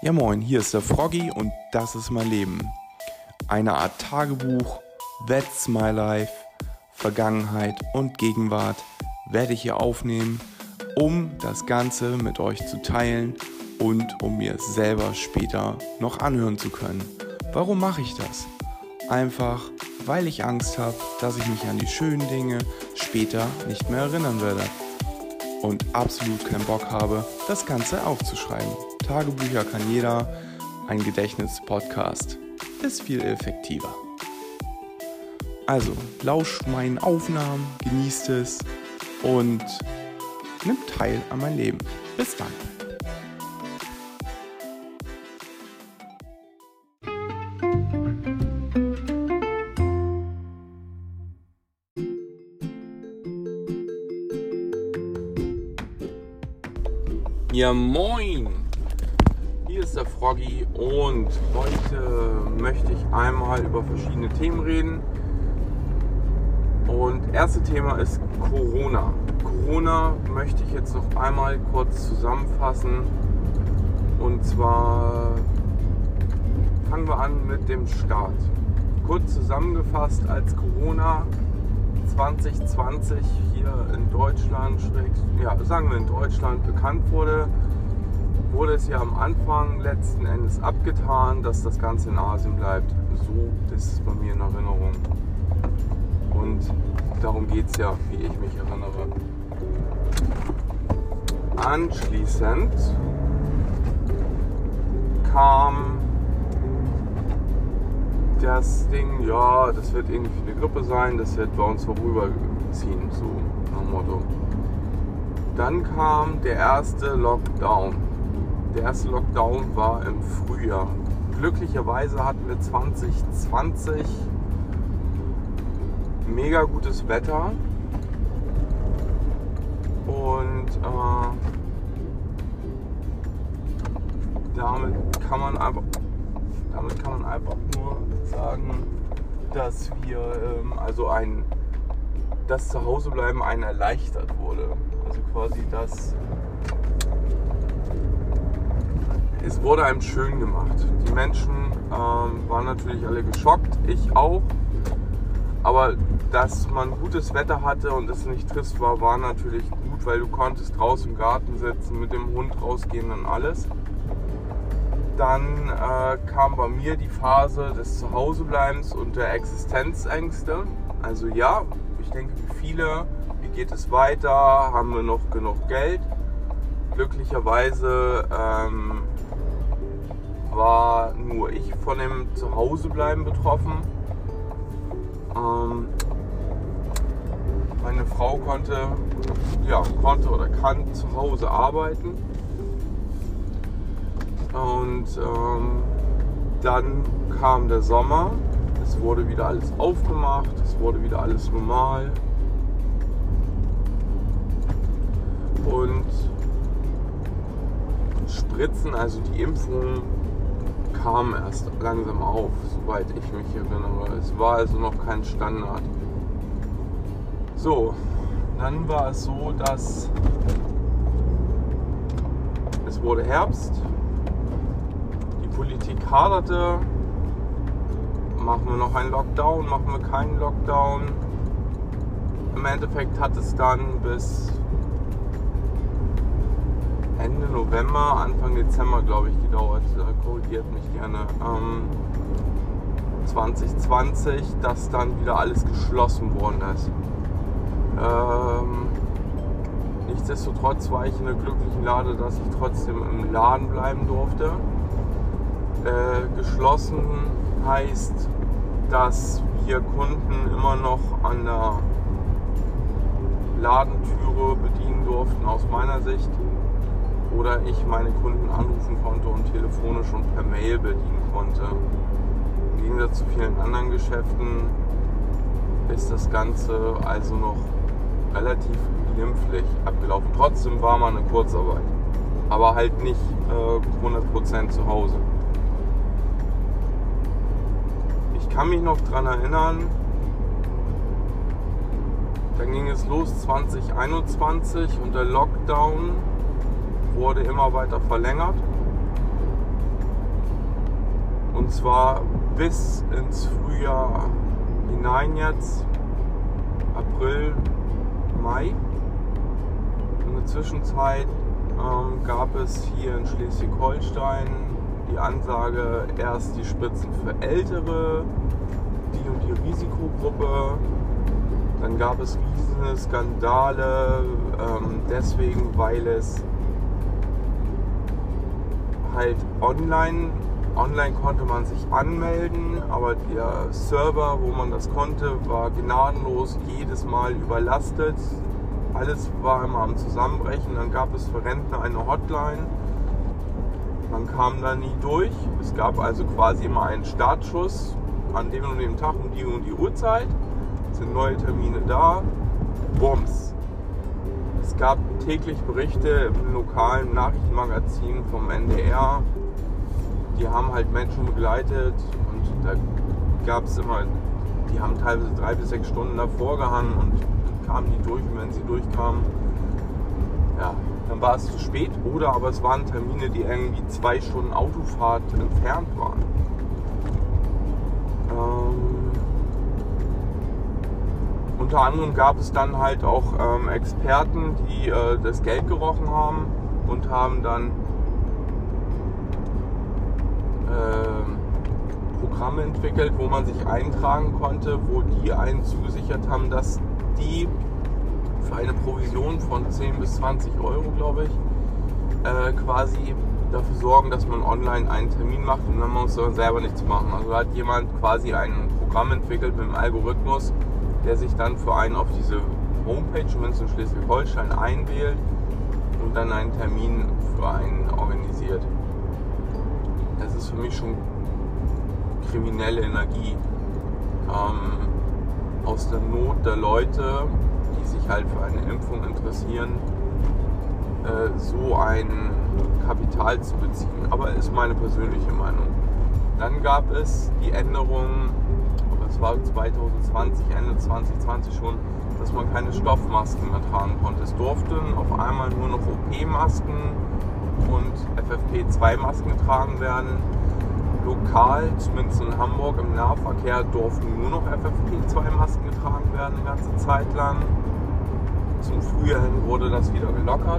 Ja moin, hier ist der Froggy und das ist mein Leben. Eine Art Tagebuch, That's my life, Vergangenheit und Gegenwart werde ich hier aufnehmen, um das Ganze mit euch zu teilen und um mir es selber später noch anhören zu können. Warum mache ich das? Einfach, weil ich Angst habe, dass ich mich an die schönen Dinge später nicht mehr erinnern werde. Und absolut keinen Bock habe, das Ganze aufzuschreiben. Tagebücher kann jeder, ein Gedächtnis-Podcast ist viel effektiver. Also, lauscht meinen Aufnahmen, genießt es und nimmt teil an mein Leben. Bis dann. Ja moin, hier ist der Froggy und heute möchte ich einmal über verschiedene Themen reden. Und erste Thema ist Corona. Corona möchte ich jetzt noch einmal kurz zusammenfassen. Und zwar fangen wir an mit dem Start. Kurz zusammengefasst, als Corona 2020 hier in Deutschland, sagen wir in Deutschland, bekannt wurde es ja am Anfang letzten Endes abgetan, dass das Ganze in Asien bleibt. So ist es bei mir in Erinnerung. Und darum geht es ja, wie ich mich erinnere. Anschließend kam das Ding, ja, das wird irgendwie eine Grippe sein, das wird bei uns vorüberziehen, so nach dem Motto. Dann kam der erste Lockdown. Der erste Lockdown war im Frühjahr. Glücklicherweise hatten wir 2020 mega gutes Wetter und damit kann man einfach nur sagen, dass wir das Zuhausebleiben einen erleichtert wurde. Also quasi es wurde einem schön gemacht. Die Menschen waren natürlich alle geschockt, ich auch. Aber dass man gutes Wetter hatte und es nicht trist war, war natürlich gut, weil du konntest draußen im Garten sitzen, mit dem Hund rausgehen und alles. Dann kam bei mir die Phase des Zuhausebleibens und der Existenzängste. Also ja, ich denke wie viele, wie geht es weiter, haben wir noch genug Geld? Glücklicherweise war nur ich von dem Zuhausebleiben betroffen. Meine Frau konnte oder kann zu Hause arbeiten. Und dann kam der Sommer, es wurde wieder alles aufgemacht, es wurde wieder alles normal. Und Spritzen, also die Impfung, kam erst langsam auf, soweit ich mich erinnere. Es war also noch kein Standard. So, dann war es so, dass es wurde Herbst. Die Politik haderte. Machen wir noch einen Lockdown, machen wir keinen Lockdown. Im Endeffekt hat es dann bis Ende November, Anfang Dezember, glaube ich, gedauert. Korrigiert mich gerne. 2020, dass dann wieder alles geschlossen worden ist. Nichtsdestotrotz war ich in der glücklichen Lage, dass ich trotzdem im Laden bleiben durfte. Geschlossen heißt, dass wir Kunden immer noch an der Ladentüre bedienen durften, aus meiner Sicht. Oder ich meine Kunden anrufen konnte und telefonisch und per Mail bedienen konnte. Im Gegensatz zu vielen anderen Geschäften ist das Ganze also noch relativ glimpflich abgelaufen. Trotzdem war mal eine Kurzarbeit, aber halt nicht 100% zu Hause. Ich kann mich noch daran erinnern, dann ging es los 2021 und der Lockdown wurde immer weiter verlängert. Und zwar bis ins Frühjahr hinein jetzt, April, Mai. In der Zwischenzeit gab es hier in Schleswig-Holstein die Ansage, erst die Spritzen für Ältere, die und die Risikogruppe. Dann gab es riesige Skandale, deswegen, weil es halt online konnte man sich anmelden, aber der Server, wo man das konnte, war gnadenlos jedes Mal überlastet. Alles war immer am Zusammenbrechen. Dann gab es für Rentner eine Hotline. Man kam da nie durch. Es gab also quasi immer einen Startschuss an dem und dem Tag um die Uhrzeit. Es sind neue Termine da. Bums. Es gab täglich Berichte im lokalen Nachrichtenmagazin vom NDR. Die haben halt Menschen begleitet und da gab es immer, die haben teilweise 3 bis 6 Stunden davor gehangen und kamen die durch, und wenn sie durchkamen, ja, dann war es zu spät, oder aber es waren Termine, die irgendwie 2 Stunden Autofahrt entfernt waren. Unter anderem gab es dann halt auch Experten, die das Geld gerochen haben und haben dann Programme entwickelt, wo man sich eintragen konnte, wo die einen zugesichert haben, dass die für eine Provision von 10 bis 20 Euro, glaube ich, quasi dafür sorgen, dass man online einen Termin macht und dann muss man selber nichts machen. Also da hat jemand quasi ein Programm entwickelt mit einem Algorithmus, der sich dann für einen auf diese Homepage, zumindest in Schleswig-Holstein, einwählt und dann einen Termin für einen organisiert. Das ist für mich schon kriminelle Energie. Aus der Not der Leute, die sich halt für eine Impfung interessieren, so ein Kapital zu beziehen. Aber ist meine persönliche Meinung. Dann gab es die Änderung, das war 2020, Ende 2020 schon, dass man keine Stoffmasken mehr tragen konnte. Es durften auf einmal nur noch OP-Masken und FFP2-Masken getragen werden. Lokal, zumindest in Hamburg im Nahverkehr, durften nur noch FFP2-Masken getragen werden eine ganze Zeit lang. Zum Frühjahr hin wurde das wieder gelockert.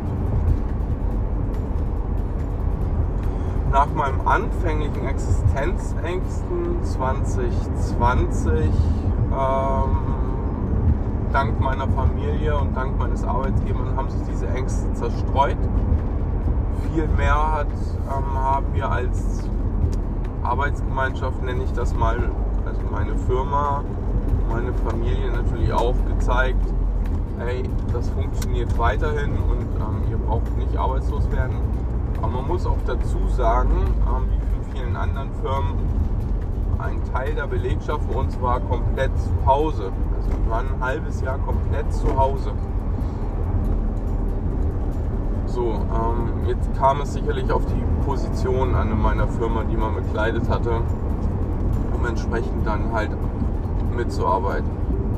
Nach meinen anfänglichen Existenzängsten 2020, dank meiner Familie und dank meines Arbeitgebers, haben sich diese Ängste zerstreut. Viel mehr haben wir als Arbeitsgemeinschaft, nenne ich das mal, also meine Firma, meine Familie natürlich auch gezeigt, hey, das funktioniert weiterhin und ihr braucht nicht arbeitslos werden. Aber man muss auch dazu sagen, wie für vielen anderen Firmen, ein Teil der Belegschaft für uns war komplett zu Hause. Also wir waren ein halbes Jahr komplett zu Hause. So, jetzt kam es sicherlich auf die Position an in meiner Firma, die man bekleidet hatte, um entsprechend dann halt mitzuarbeiten.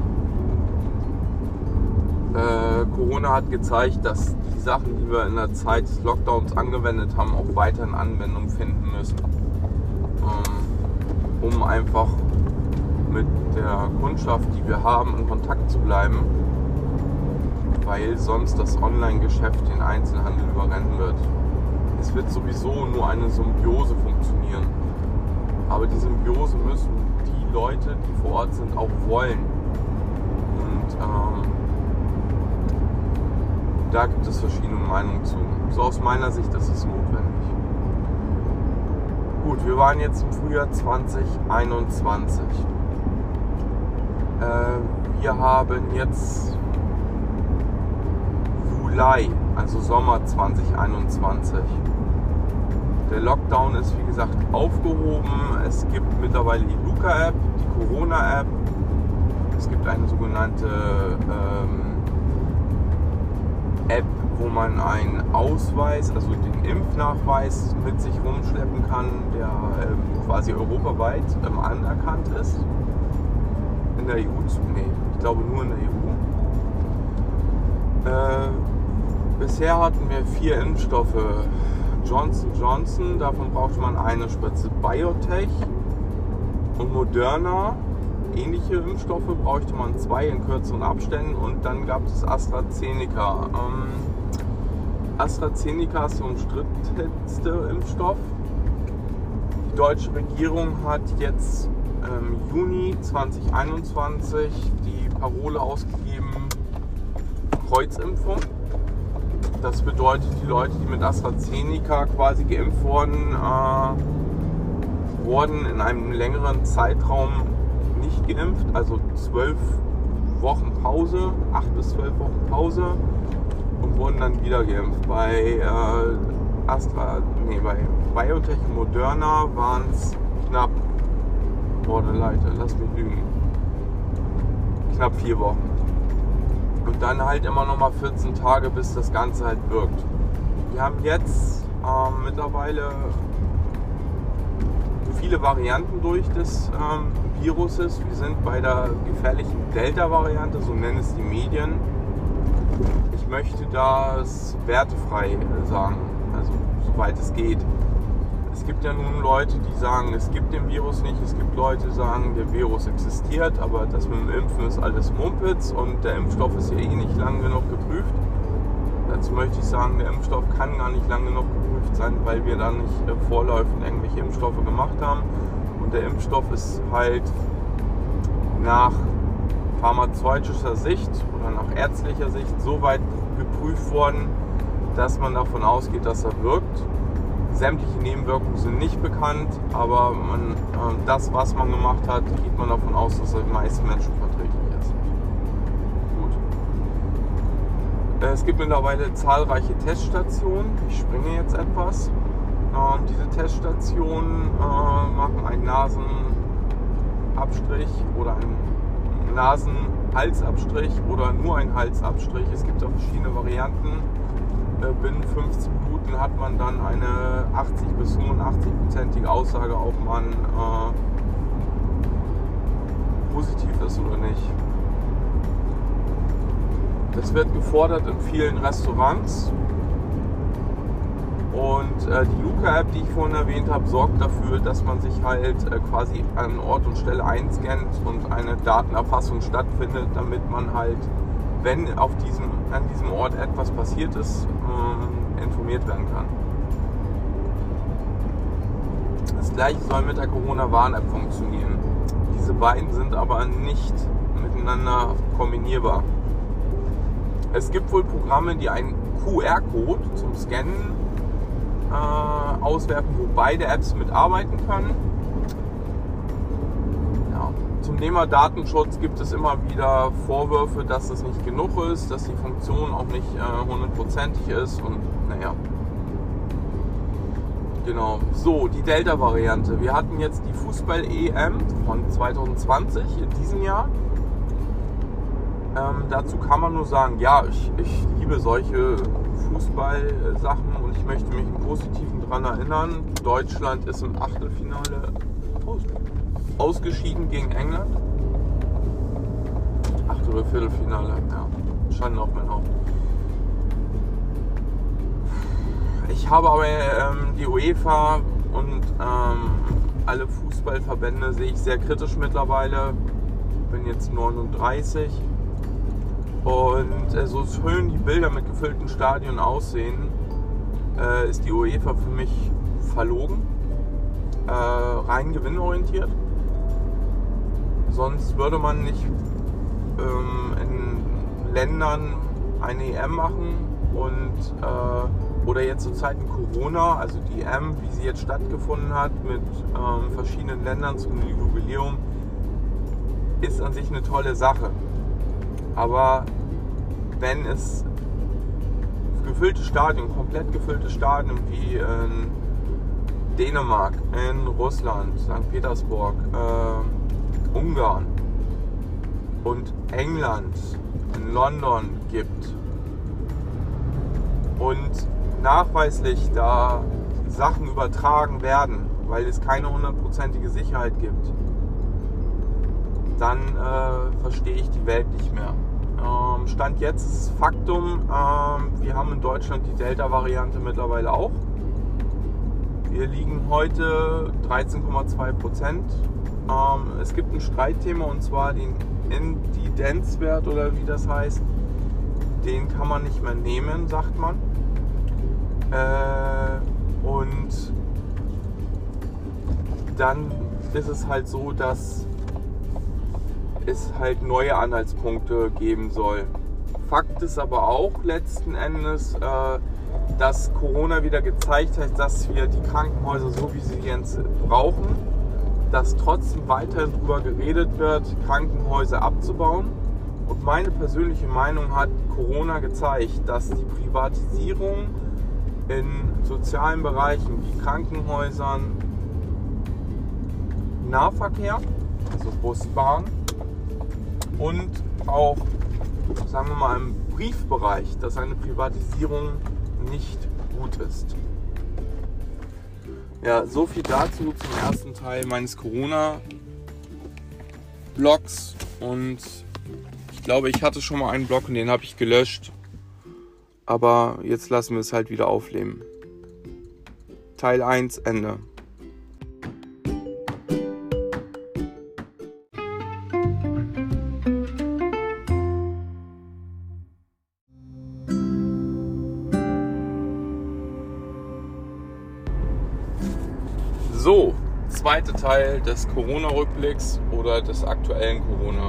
Corona hat gezeigt, dass die Sachen, die wir in der Zeit des Lockdowns angewendet haben, auch weiterhin Anwendung finden müssen, um einfach mit der Kundschaft, die wir haben, in Kontakt zu bleiben, weil sonst das Online-Geschäft den Einzelhandel überrennen wird. Es wird sowieso nur eine Symbiose funktionieren. Aber die Symbiose müssen die Leute, die vor Ort sind, auch wollen. Und da gibt es verschiedene Meinungen zu. So aus meiner Sicht ist es notwendig. Gut, wir waren jetzt im Frühjahr 2021. Wir haben jetzt Juli, also Sommer 2021. Der Lockdown ist wie gesagt aufgehoben. Es gibt mittlerweile die Luca-App, die Corona-App. Es gibt eine sogenannte App, wo man einen Ausweis, also den Impfnachweis mit sich rumschleppen kann, der quasi europaweit anerkannt ist. In der EU, nee, ich glaube nur in der EU. Bisher hatten wir 4 Impfstoffe, Johnson & Johnson, davon braucht man eine Spritze. BioNTech und Moderna, ähnliche Impfstoffe, bräuchte man 2 in kürzeren Abständen. Und dann gab es AstraZeneca. AstraZeneca ist der umstrittenste Impfstoff. Die deutsche Regierung hat jetzt im Juni 2021 die Parole ausgegeben, Kreuzimpfung. Das bedeutet, die Leute, die mit AstraZeneca quasi geimpft wurden, wurden in einem längeren Zeitraum nicht geimpft, also 12 Wochen Pause, 8 bis 12 Wochen Pause und wurden dann wieder geimpft. Bei bei BioNTech und Moderna waren es knapp, lass mich lügen, knapp 4 Wochen. Und dann halt immer noch mal 14 Tage, bis das Ganze halt wirkt. Wir haben jetzt mittlerweile viele Varianten durch des Viruses. Wir sind bei der gefährlichen Delta-Variante, so nennen es die Medien. Ich möchte das wertefrei sagen, also soweit es geht. Es gibt ja nun Leute, die sagen, es gibt den Virus nicht. Es gibt Leute, die sagen, der Virus existiert, aber das mit dem Impfen ist alles Mumpitz und der Impfstoff ist ja eh nicht lang genug geprüft. Dazu möchte ich sagen, der Impfstoff kann gar nicht lang genug geprüft sein, weil wir da nicht vorläufig irgendwelche Impfstoffe gemacht haben. Und der Impfstoff ist halt nach pharmazeutischer Sicht oder nach ärztlicher Sicht so weit geprüft worden, dass man davon ausgeht, dass er wirkt. Sämtliche Nebenwirkungen sind nicht bekannt, aber das, was man gemacht hat, geht man davon aus, dass er den meisten Menschen verträglich ist. Gut. Es gibt mittlerweile zahlreiche Teststationen. Ich springe jetzt etwas. Diese Teststationen machen einen Nasenabstrich oder einen Nasenhalsabstrich oder nur einen Halsabstrich. Es gibt auch verschiedene Varianten. Binnen 15 Minuten hat man dann eine 80 bis 85%ige Aussage, ob man positiv ist oder nicht. Das wird gefordert in vielen Restaurants. Und die Luca-App, die ich vorhin erwähnt habe, sorgt dafür, dass man sich halt quasi an Ort und Stelle einscannt und eine Datenerfassung stattfindet, damit man halt, wenn an diesem Ort etwas passiert ist, informiert werden kann. Das gleiche soll mit der Corona-Warn-App funktionieren. Diese beiden sind aber nicht miteinander kombinierbar. Es gibt wohl Programme, die einen QR-Code zum Scannen auswerfen, wo beide Apps mitarbeiten können. Ja. Zum Thema Datenschutz gibt es immer wieder Vorwürfe, dass es nicht genug ist, dass die Funktion auch nicht 100%ig ist und naja. Genau. So, die Delta-Variante. Wir hatten jetzt die Fußball-EM von 2020 in diesem Jahr. Dazu kann man nur sagen, ja, ich liebe solche Fußballsachen und ich möchte mich im Positiven daran erinnern. Deutschland ist im Achtelfinale ausgeschieden gegen England. Achtel- oder Viertelfinale, ja. Schande auf mein Haupt. Ich habe aber die UEFA und alle Fußballverbände sehe ich sehr kritisch mittlerweile. Ich bin jetzt 39. Und so schön die Bilder mit gefüllten Stadien aussehen, ist die UEFA für mich verlogen, rein gewinnorientiert. Sonst würde man nicht in Ländern eine EM machen und oder jetzt zu Zeiten Corona, also die EM, wie sie jetzt stattgefunden hat mit verschiedenen Ländern zum Jubiläum, ist an sich eine tolle Sache. Aber wenn es gefüllte Stadien, komplett gefüllte Stadien wie in Dänemark, in Russland, St. Petersburg, Ungarn und England, in London gibt und nachweislich da Sachen übertragen werden, weil es keine 100%ige Sicherheit gibt, dann verstehe ich die Welt nicht mehr. Stand jetzt ist Faktum, wir haben in Deutschland die Delta-Variante mittlerweile auch. Wir liegen heute 13,2%. Es gibt ein Streitthema, und zwar den Inzidenzwert oder wie das heißt. Den kann man nicht mehr nehmen, sagt man. Und dann ist es halt so, dass es halt neue Anhaltspunkte geben soll. Fakt ist aber auch letzten Endes, dass Corona wieder gezeigt hat, dass wir die Krankenhäuser so wie sie jetzt brauchen, dass trotzdem weiterhin darüber geredet wird, Krankenhäuser abzubauen. Und meine persönliche Meinung hat Corona gezeigt, dass die Privatisierung in sozialen Bereichen wie Krankenhäusern, Nahverkehr, also Bus, Bahn und auch, sagen wir mal, im Briefbereich, dass eine Privatisierung nicht gut ist. Ja, so viel dazu zum ersten Teil meines Corona-Blogs. Und ich glaube, ich hatte schon mal einen Blog und den habe ich gelöscht. Aber jetzt lassen wir es halt wieder aufleben. Teil 1, Ende. So, zweiter Teil des Corona-Rückblicks oder des aktuellen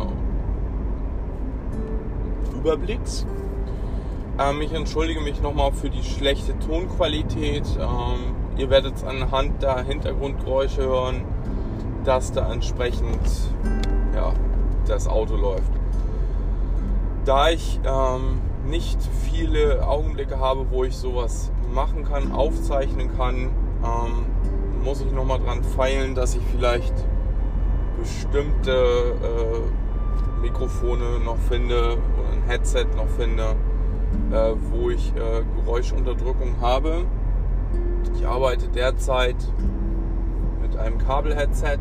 Corona-Überblicks. Ich entschuldige mich nochmal für die schlechte Tonqualität. Ihr werdet es anhand der Hintergrundgeräusche hören, dass da entsprechend das Auto läuft. Da ich nicht viele Augenblicke habe, wo ich sowas machen kann, aufzeichnen kann, muss ich nochmal dran feilen, dass ich vielleicht bestimmte Mikrofone noch finde oder ein Headset noch finde, wo ich Geräuschunterdrückung habe. Ich arbeite derzeit mit einem Kabel-Headset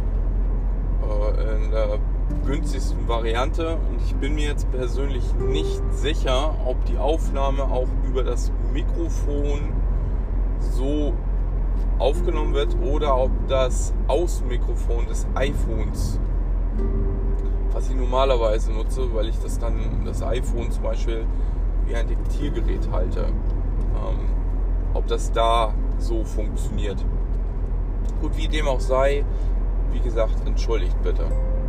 in der günstigsten Variante und ich bin mir jetzt persönlich nicht sicher, ob die Aufnahme auch über das Mikrofon so aufgenommen wird oder ob das Außenmikrofon des iPhones, was ich normalerweise nutze, weil ich das iPhone zum Beispiel wie ein Diktiergerät halte, ob das da so funktioniert. Gut, wie dem auch sei, wie gesagt, entschuldigt bitte.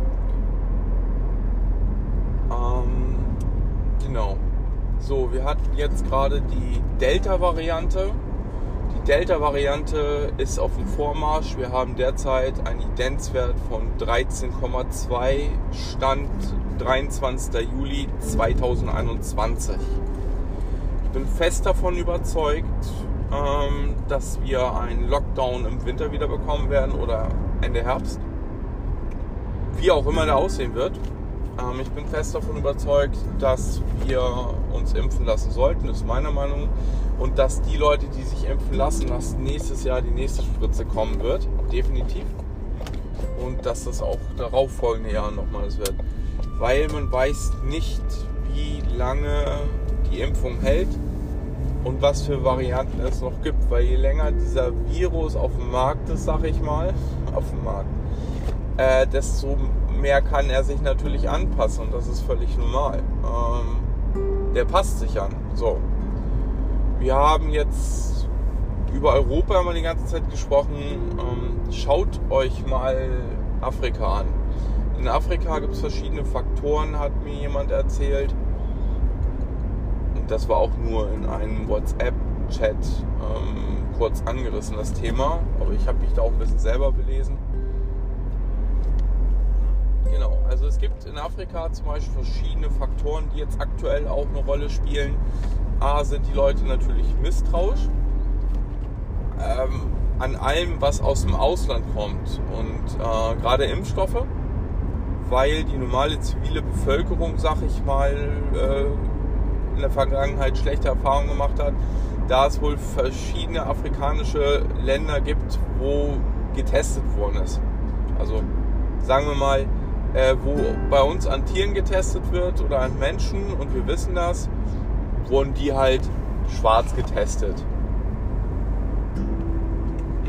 Genau. So, wir hatten jetzt gerade die Delta-Variante. Die Delta-Variante ist auf dem Vormarsch. Wir haben derzeit einen Inzidenzwert von 13,2, Stand 23. Juli 2021. Ich bin fest davon überzeugt, dass wir einen Lockdown im Winter wieder bekommen werden oder Ende Herbst. Wie auch immer der aussehen wird. Ich bin fest davon überzeugt, dass wir uns impfen lassen sollten, ist meine Meinung. Und dass die Leute, die sich impfen lassen, dass nächstes Jahr die nächste Spritze kommen wird, definitiv. Und dass das auch darauffolgende Jahr nochmals wird. Weil man weiß nicht, wie lange die Impfung hält und was für Varianten es noch gibt. Weil je länger dieser Virus auf dem Markt ist, sag ich mal, desto mehr kann er sich natürlich anpassen und das ist völlig normal. Der passt sich an. So. Wir haben jetzt über Europa die ganze Zeit gesprochen. Schaut euch mal Afrika an. In Afrika gibt es verschiedene Faktoren, hat mir jemand erzählt. Und das war auch nur in einem WhatsApp-Chat kurz angerissen, das Thema. Aber ich habe mich da auch ein bisschen selber belesen. Genau, also es gibt in Afrika zum Beispiel verschiedene Faktoren, die jetzt aktuell auch eine Rolle spielen. A, sind die Leute natürlich misstrauisch an allem, was aus dem Ausland kommt. Und gerade Impfstoffe, weil die normale zivile Bevölkerung, sag ich mal, in der Vergangenheit schlechte Erfahrungen gemacht hat, da es wohl verschiedene afrikanische Länder gibt, wo getestet worden ist. Also sagen wir mal, wo bei uns an Tieren getestet wird oder an Menschen und wir wissen das, wurden die halt schwarz getestet.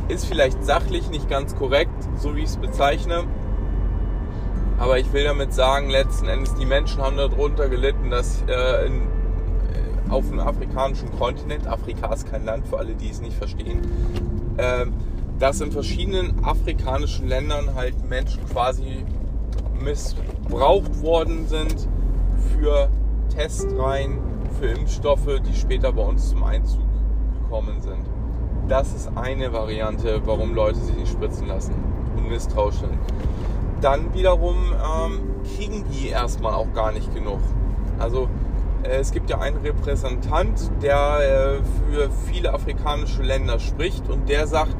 Ist vielleicht sachlich nicht ganz korrekt, so wie ich es bezeichne. Aber ich will damit sagen, letzten Endes, die Menschen haben darunter gelitten, dass auf dem afrikanischen Kontinent, Afrika ist kein Land, für alle, die es nicht verstehen, dass in verschiedenen afrikanischen Ländern halt Menschen quasi missbraucht worden sind für Testreihen, für Impfstoffe, die später bei uns zum Einzug gekommen sind. Das ist eine Variante, warum Leute sich nicht spritzen lassen und misstrauisch sind. Dann wiederum kriegen die erstmal auch gar nicht genug. Also es gibt ja einen Repräsentant, der für viele afrikanische Länder spricht und der sagt,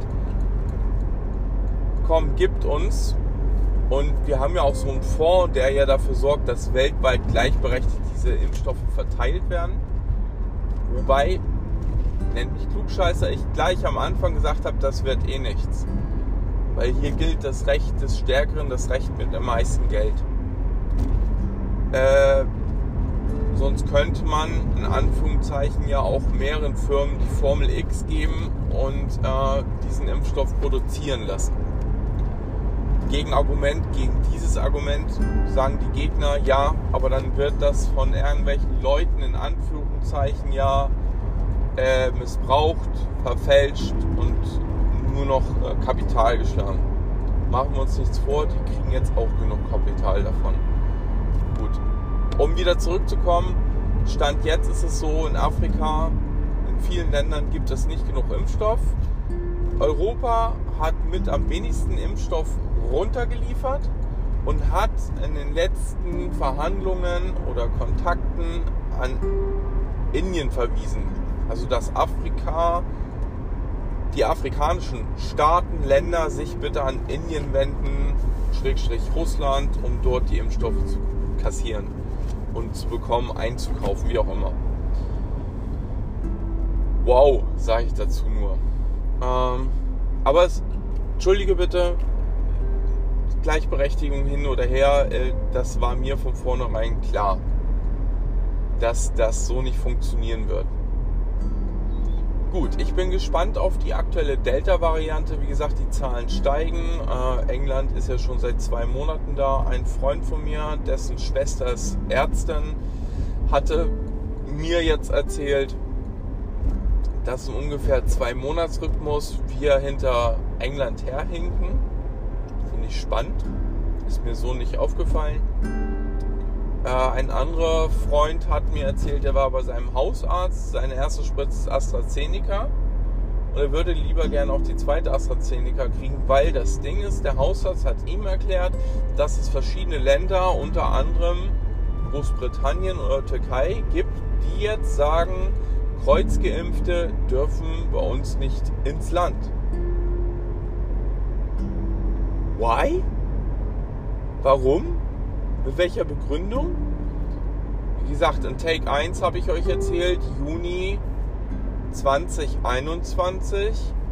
komm, gibt uns. Und wir haben ja auch so einen Fonds, der ja dafür sorgt, dass weltweit gleichberechtigt diese Impfstoffe verteilt werden. Wobei, nennt mich Klugscheißer, ich gleich am Anfang gesagt habe, das wird eh nichts. Weil hier gilt das Recht des Stärkeren, das Recht mit dem meisten Geld. Sonst könnte man in Anführungszeichen ja auch mehreren Firmen die Formel X geben und diesen Impfstoff produzieren lassen. Gegenargument gegen dieses Argument sagen die Gegner, ja, aber dann wird das von irgendwelchen Leuten in Anführungszeichen ja missbraucht, verfälscht und nur noch Kapital geschlagen. Machen wir uns nichts vor, die kriegen jetzt auch genug Kapital davon. Gut. Um wieder zurückzukommen, Stand jetzt ist es so, in Afrika, in vielen Ländern gibt es nicht genug Impfstoff. Europa hat mit am wenigsten Impfstoff runtergeliefert und hat in den letzten Verhandlungen oder Kontakten an Indien verwiesen. Also dass die afrikanischen Staaten, Länder sich bitte an Indien wenden, Russland, um dort die Impfstoffe zu kassieren und zu bekommen, einzukaufen, wie auch immer. Wow, sage ich dazu nur. Aber entschuldige bitte, Gleichberechtigung hin oder her, das war mir von vornherein klar, dass das so nicht funktionieren wird. Gut, ich bin gespannt auf die aktuelle Delta-Variante. Wie gesagt, die Zahlen steigen. England ist ja schon seit 2 Monaten da. Ein Freund von mir, dessen Schwester ist Ärztin, hatte mir jetzt erzählt, dass in ungefähr 2-Monats-Rhythmus wir hinter England herhinken. Finde ich spannend. Ist mir so nicht aufgefallen. Ein anderer Freund hat mir erzählt, er war bei seinem Hausarzt, seine erste Spritze ist AstraZeneca und er würde lieber gerne auch die zweite AstraZeneca kriegen, weil das Ding ist, der Hausarzt hat ihm erklärt, dass es verschiedene Länder, unter anderem Großbritannien oder Türkei, gibt, die jetzt sagen, Kreuzgeimpfte dürfen bei uns nicht ins Land. Why? Warum? Mit welcher Begründung? Wie gesagt, in Take 1 habe ich euch erzählt, Juni 2021,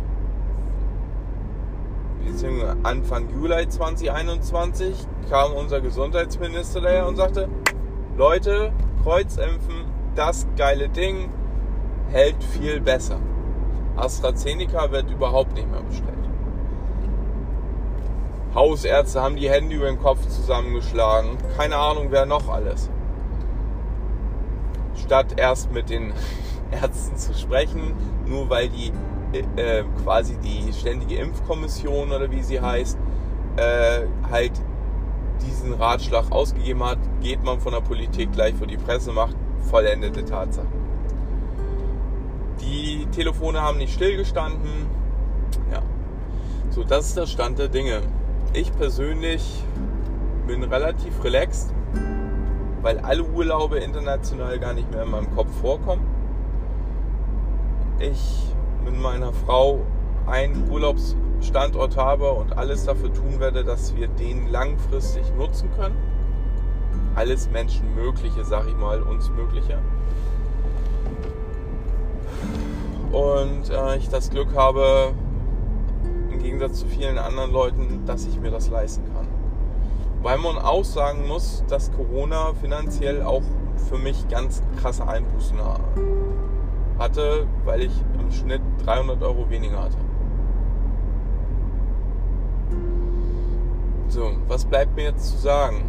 beziehungsweise Anfang Juli 2021, kam unser Gesundheitsminister daher und sagte, Leute, Kreuzimpfen, das geile Ding, hält viel besser. AstraZeneca wird überhaupt nicht mehr bestellt. Hausärzte haben die Hände über den Kopf zusammengeschlagen. Keine Ahnung, wer noch alles. Statt erst mit den Ärzten zu sprechen, nur weil die quasi die ständige Impfkommission oder wie sie heißt, halt diesen Ratschlag ausgegeben hat, geht man von der Politik gleich vor die Presse, macht vollendete Tatsachen. Die Telefone haben nicht stillgestanden. Ja. So, das ist der Stand der Dinge. Ich persönlich bin relativ relaxed, weil alle Urlaube international gar nicht mehr in meinem Kopf vorkommen. Ich mit meiner Frau einen Urlaubsstandort habe und alles dafür tun werde, dass wir den langfristig nutzen können. Alles Menschenmögliche, sag ich mal, uns Mögliche. Und ich das Glück habe, im Gegensatz zu vielen anderen Leuten, dass ich mir das leisten kann. Weil man auch sagen muss, dass Corona finanziell auch für mich ganz krasse Einbußen hatte, weil ich im Schnitt 300 € weniger hatte. was bleibt mir jetzt zu sagen?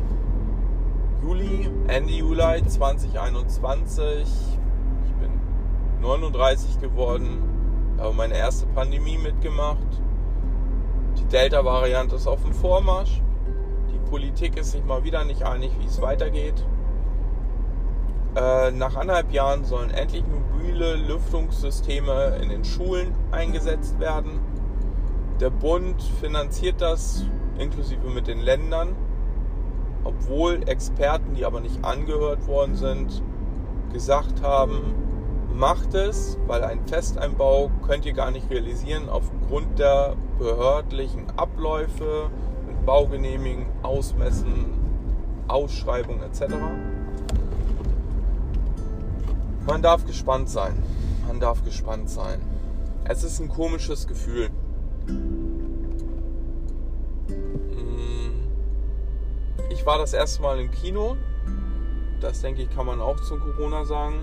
Ende Juli 2021. Ich bin 39 geworden, habe meine erste Pandemie mitgemacht. Die Delta-Variante ist auf dem Vormarsch. Die Politik ist sich mal wieder nicht einig, wie es weitergeht. Nach 1,5 Jahren sollen endlich mobile Lüftungssysteme in den Schulen eingesetzt werden. Der Bund finanziert das inklusive mit den Ländern, obwohl Experten, die aber nicht angehört worden sind, gesagt haben, macht es, weil ein Festeinbau könnt ihr gar nicht realisieren aufgrund der behördlichen Abläufe mit Baugenehmigen, Ausmessen, Ausschreibung etc. Man darf gespannt sein. Es ist ein komisches Gefühl. Ich war das erste Mal im Kino. Das, denke ich, kann man auch zu Corona sagen.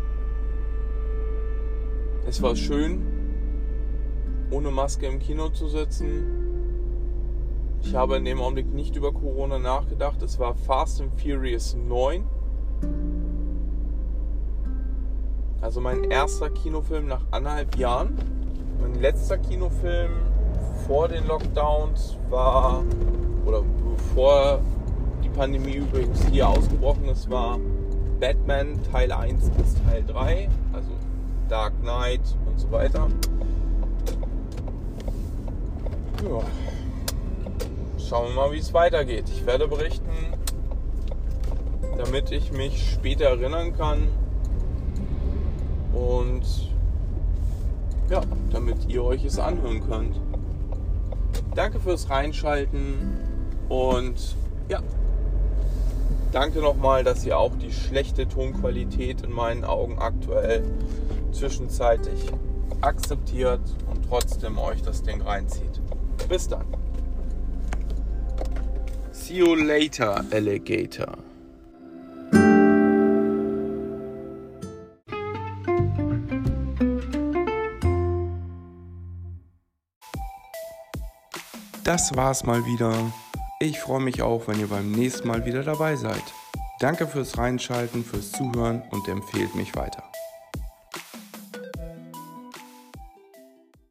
Es war schön, ohne Maske im Kino zu sitzen. Ich habe in dem Augenblick nicht über Corona nachgedacht. Es war Fast and Furious 9. Also mein erster Kinofilm nach 1,5 Jahren. Mein letzter Kinofilm vor den Lockdowns war, oder bevor die Pandemie übrigens hier ausgebrochen ist, war Batman Teil 1 bis Teil 3, also Dark Knight und so weiter. Ja. Schauen wir mal, wie es weitergeht. Ich werde berichten, damit ich mich später erinnern kann. Und ja, damit ihr euch es anhören könnt. Danke fürs Reinschalten und ja, danke nochmal, dass ihr auch die schlechte Tonqualität in meinen Augen aktuell zwischenzeitlich akzeptiert und trotzdem euch das Ding reinzieht. Bis dann. See you later, Alligator. Das war's mal wieder. Ich freue mich auch, wenn ihr beim nächsten Mal wieder dabei seid. Danke fürs Reinschalten, fürs Zuhören und empfehlt mich weiter.